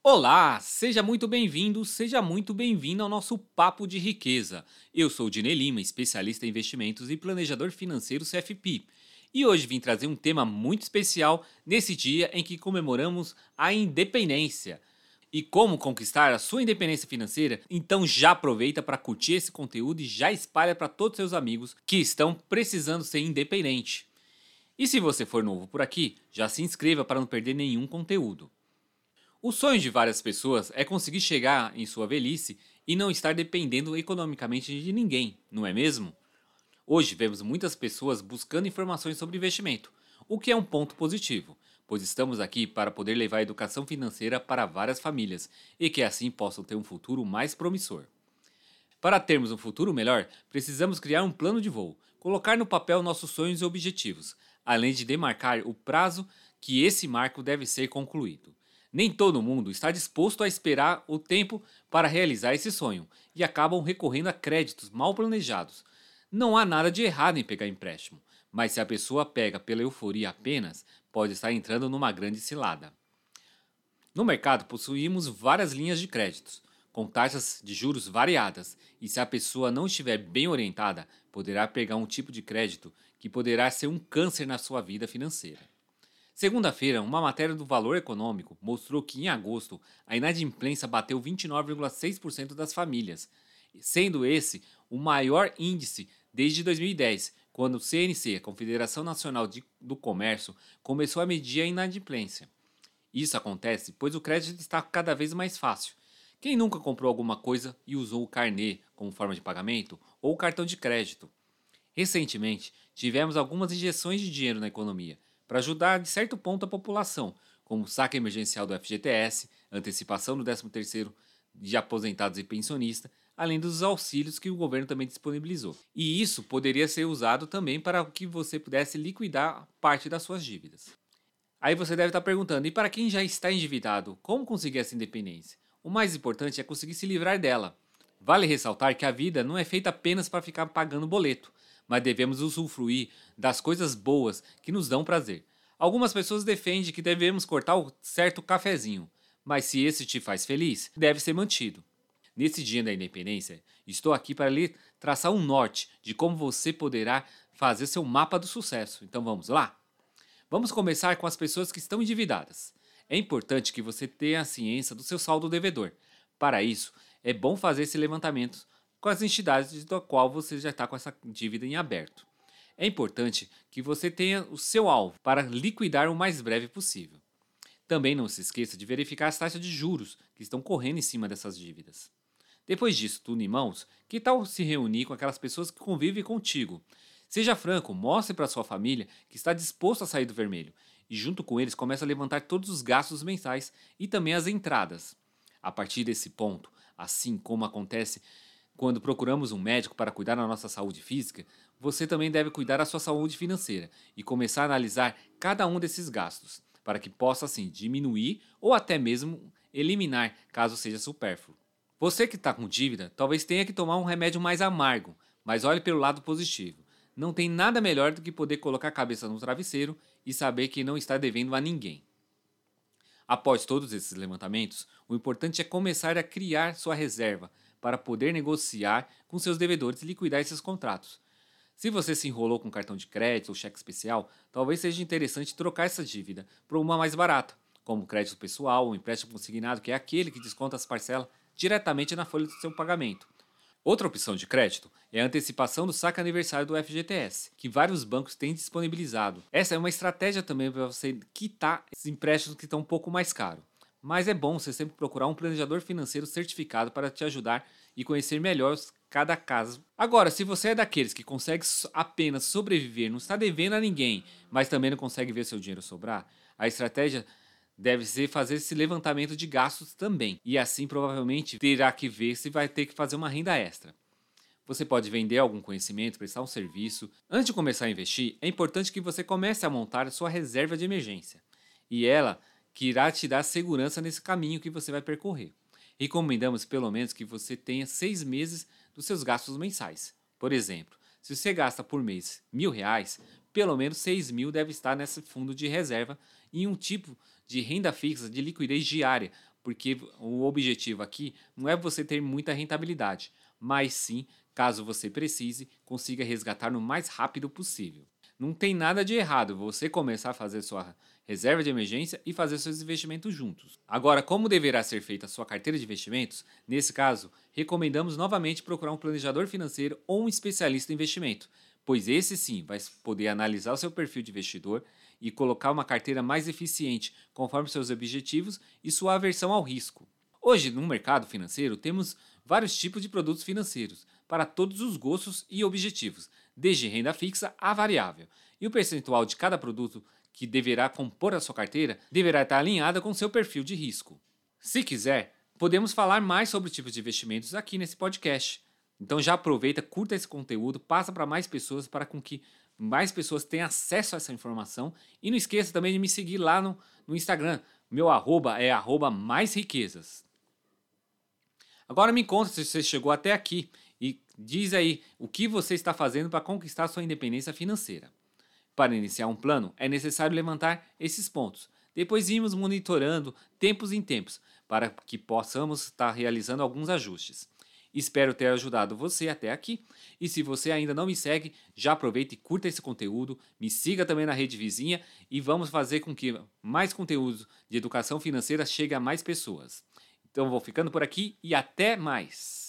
Olá, seja muito bem-vindo, seja muito bem-vinda ao nosso Papo de Riqueza. Eu sou o Dinei Lima, especialista em investimentos e planejador financeiro CFP. E hoje vim trazer um tema muito especial nesse dia em que comemoramos a independência. E como conquistar a sua independência financeira? Então já aproveita para curtir esse conteúdo e já espalha para todos os seus amigos que estão precisando ser independentes. E se você for novo por aqui, já se inscreva para não perder nenhum conteúdo. O sonho de várias pessoas é conseguir chegar em sua velhice e não estar dependendo economicamente de ninguém, não é mesmo? Hoje vemos muitas pessoas buscando informações sobre investimento, o que é um ponto positivo, pois estamos aqui para poder levar a educação financeira para várias famílias e que assim possam ter um futuro mais promissor. Para termos um futuro melhor, precisamos criar um plano de voo, colocar no papel nossos sonhos e objetivos, além de demarcar o prazo que esse marco deve ser concluído. Nem todo mundo está disposto a esperar o tempo para realizar esse sonho e acabam recorrendo a créditos mal planejados. Não há nada de errado em pegar empréstimo, mas se a pessoa pega pela euforia apenas, pode estar entrando numa grande cilada. No mercado possuímos várias linhas de créditos, com taxas de juros variadas, e se a pessoa não estiver bem orientada, poderá pegar um tipo de crédito que poderá ser um câncer na sua vida financeira. Segunda-feira, uma matéria do Valor Econômico mostrou que em agosto a inadimplência bateu 29,6% das famílias, sendo esse o maior índice desde 2010, quando o CNC, a Confederação Nacional do Comércio, começou a medir a inadimplência. Isso acontece pois o crédito está cada vez mais fácil. Quem nunca comprou alguma coisa e usou o carnê como forma de pagamento ou o cartão de crédito? Recentemente, tivemos algumas injeções de dinheiro na economia para ajudar de certo ponto a população, como o saque emergencial do FGTS, antecipação do 13º de aposentados e pensionistas, além dos auxílios que o governo também disponibilizou. E isso poderia ser usado também para que você pudesse liquidar parte das suas dívidas. Aí você deve estar perguntando, e para quem já está endividado, como conseguir essa independência? O mais importante é conseguir se livrar dela. Vale ressaltar que a vida não é feita apenas para ficar pagando boleto, mas devemos usufruir das coisas boas que nos dão prazer. Algumas pessoas defendem que devemos cortar o certo cafezinho, mas se esse te faz feliz, deve ser mantido. Nesse dia da independência, estou aqui para lhe traçar um norte de como você poderá fazer seu mapa do sucesso. Então vamos lá? Vamos começar com as pessoas que estão endividadas. É importante que você tenha a ciência do seu saldo devedor. Para isso, é bom fazer esse levantamento com as entidades da qual você já está com essa dívida em aberto. É importante que você tenha o seu alvo para liquidar o mais breve possível. Também não se esqueça de verificar as taxas de juros que estão correndo em cima dessas dívidas. Depois disso tudo em mãos, que tal se reunir com aquelas pessoas que convivem contigo? Seja franco, mostre para sua família que está disposto a sair do vermelho e junto com eles comece a levantar todos os gastos mensais e também as entradas. A partir desse ponto, assim como acontece quando procuramos um médico para cuidar da nossa saúde física, você também deve cuidar da sua saúde financeira e começar a analisar cada um desses gastos, para que possa assim diminuir ou até mesmo eliminar caso seja supérfluo. Você que está com dívida talvez tenha que tomar um remédio mais amargo, mas olhe pelo lado positivo. Não tem nada melhor do que poder colocar a cabeça no travesseiro e saber que não está devendo a ninguém. Após todos esses levantamentos, o importante é começar a criar sua reserva para poder negociar com seus devedores e liquidar esses contratos. Se você se enrolou com cartão de crédito ou cheque especial, talvez seja interessante trocar essa dívida por uma mais barata, como crédito pessoal ou empréstimo consignado, que é aquele que desconta as parcelas diretamente na folha do seu pagamento. Outra opção de crédito é a antecipação do saque aniversário do FGTS, que vários bancos têm disponibilizado. Essa é uma estratégia também para você quitar esses empréstimos que estão um pouco mais caros. Mas é bom você sempre procurar um planejador financeiro certificado para te ajudar e conhecer melhor cada caso. Agora, se você é daqueles que consegue apenas sobreviver, não está devendo a ninguém, mas também não consegue ver seu dinheiro sobrar, a estratégia deve ser fazer esse levantamento de gastos também. E assim provavelmente terá que ver se vai ter que fazer uma renda extra. Você pode vender algum conhecimento, prestar um serviço. Antes de começar a investir, é importante que você comece a montar a sua reserva de emergência. E ela que irá te dar segurança nesse caminho que você vai percorrer. Recomendamos pelo menos que você tenha 6 meses dos seus gastos mensais. Por exemplo, se você gasta por mês R$ 1.000, pelo menos 6.000 deve estar nesse fundo de reserva em um tipo de renda fixa de liquidez diária porque o objetivo aqui não é você ter muita rentabilidade, mas sim, caso você precise, consiga resgatar no mais rápido possível. Não tem nada de errado você começar a fazer sua reserva de emergência e fazer seus investimentos juntos. Agora, como deverá ser feita a sua carteira de investimentos? Nesse caso, recomendamos novamente procurar um planejador financeiro ou um especialista em investimento, pois esse sim vai poder analisar o seu perfil de investidor e colocar uma carteira mais eficiente conforme seus objetivos e sua aversão ao risco. Hoje, no mercado financeiro, temos vários tipos de produtos financeiros para todos os gostos e objetivos, desde renda fixa a variável. E o percentual de cada produto que deverá compor a sua carteira deverá estar alinhada com seu perfil de risco. Se quiser, podemos falar mais sobre tipos de investimentos aqui nesse podcast. Então já aproveita, curta esse conteúdo, passa para mais pessoas para com que mais pessoas tenham acesso a essa informação. E não esqueça também de me seguir lá no Instagram. Meu arroba é @maisriquezas. Agora me conta se você chegou até aqui e diz aí o que você está fazendo para conquistar sua independência financeira. Para iniciar um plano, é necessário levantar esses pontos. Depois irmos monitorando tempos em tempos para que possamos estar realizando alguns ajustes. Espero ter ajudado você até aqui. E se você ainda não me segue, já aproveita e curta esse conteúdo, me siga também na rede vizinha e vamos fazer com que mais conteúdo de educação financeira chegue a mais pessoas. Então vou ficando por aqui e até mais!